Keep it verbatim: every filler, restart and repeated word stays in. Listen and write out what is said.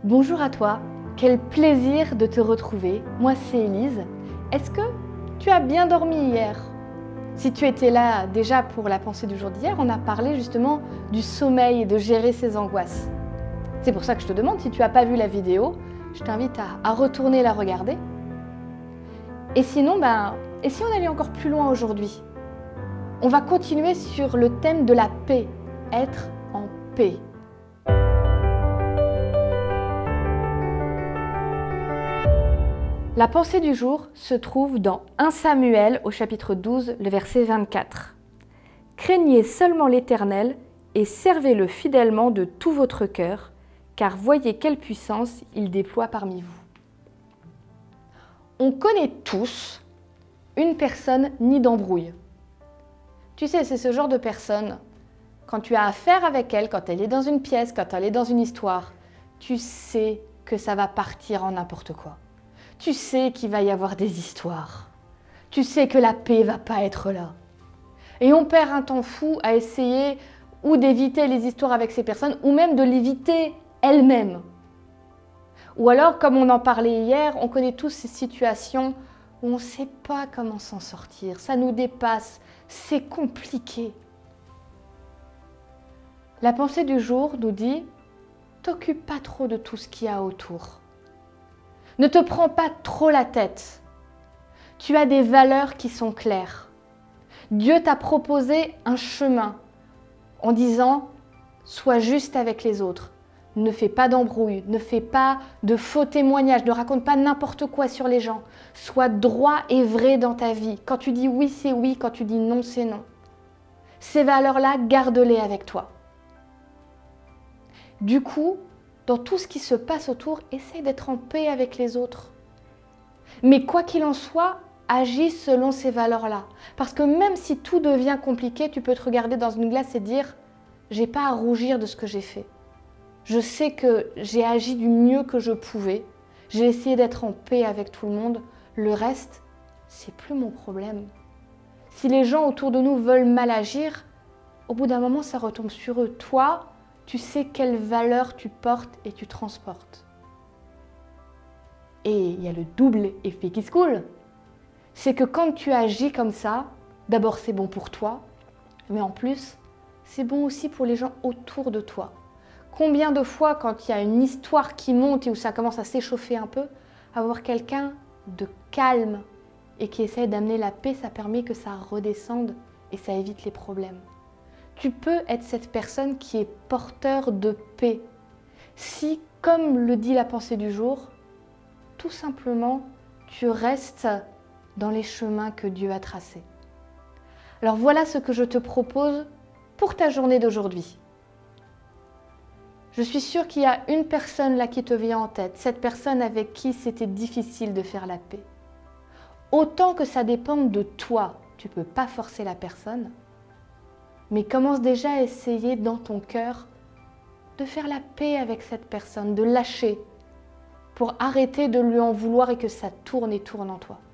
Bonjour à toi, quel plaisir de te retrouver. Moi c'est Élise. Est-ce que tu as bien dormi hier? Si tu étais là déjà pour la pensée du jour d'hier, on a parlé justement du sommeil et de gérer ses angoisses. C'est pour ça que je te demande, si tu n'as pas vu la vidéo, je t'invite à, à retourner la regarder. Et sinon, ben, et si on allait encore plus loin aujourd'hui? On va continuer sur le thème de la paix, être en paix. La pensée du jour se trouve dans premier Samuel au chapitre douze, le verset vingt-quatre. « Craignez seulement l'Éternel et servez-le fidèlement de tout votre cœur, car voyez quelle puissance il déploie parmi vous. » On connaît tous une personne nid d'embrouille. Tu sais, c'est ce genre de personne, quand tu as affaire avec elle, quand elle est dans une pièce, quand elle est dans une histoire, tu sais que ça va partir en n'importe quoi. Tu sais qu'il va y avoir des histoires. Tu sais que la paix va pas être là. Et on perd un temps fou à essayer ou d'éviter les histoires avec ces personnes, ou même de l'éviter elles-mêmes. Ou alors, comme on en parlait hier, on connaît tous ces situations où on ne sait pas comment s'en sortir. Ça nous dépasse, c'est compliqué. La pensée du jour nous dit « T'occupe pas trop de tout ce qu'il y a autour. Ne te prends pas trop la tête. Tu as des valeurs qui sont claires. Dieu t'a proposé un chemin en disant « Sois juste avec les autres. Ne fais pas d'embrouille, ne fais pas de faux témoignages, ne raconte pas n'importe quoi sur les gens. Sois droit et vrai dans ta vie. Quand tu dis oui, c'est oui. Quand tu dis non, c'est non. Ces valeurs-là, garde-les avec toi. » Du coup, dans tout ce qui se passe autour, essaye d'être en paix avec les autres. Mais quoi qu'il en soit, agis selon ces valeurs-là. Parce que même si tout devient compliqué, tu peux te regarder dans une glace et dire « j'ai pas à rougir de ce que j'ai fait. Je sais que j'ai agi du mieux que je pouvais. J'ai essayé d'être en paix avec tout le monde. Le reste, c'est plus mon problème. » Si les gens autour de nous veulent mal agir, au bout d'un moment, ça retombe sur eux. Toi, tu sais quelles valeurs tu portes et tu transportes. Et il y a le double effet qui se coule. C'est que quand tu agis comme ça, d'abord c'est bon pour toi, mais en plus, c'est bon aussi pour les gens autour de toi. Combien de fois, quand il y a une histoire qui monte et où ça commence à s'échauffer un peu, avoir quelqu'un de calme et qui essaie d'amener la paix, ça permet que ça redescende et ça évite les problèmes. Tu peux être cette personne qui est porteur de paix. Si, comme le dit la pensée du jour, tout simplement, tu restes dans les chemins que Dieu a tracés. Alors voilà ce que je te propose pour ta journée d'aujourd'hui. Je suis sûre qu'il y a une personne là qui te vient en tête, cette personne avec qui c'était difficile de faire la paix. Autant que ça dépende de toi, tu ne peux pas forcer la personne, mais commence déjà à essayer dans ton cœur de faire la paix avec cette personne, de lâcher pour arrêter de lui en vouloir et que ça tourne et tourne en toi.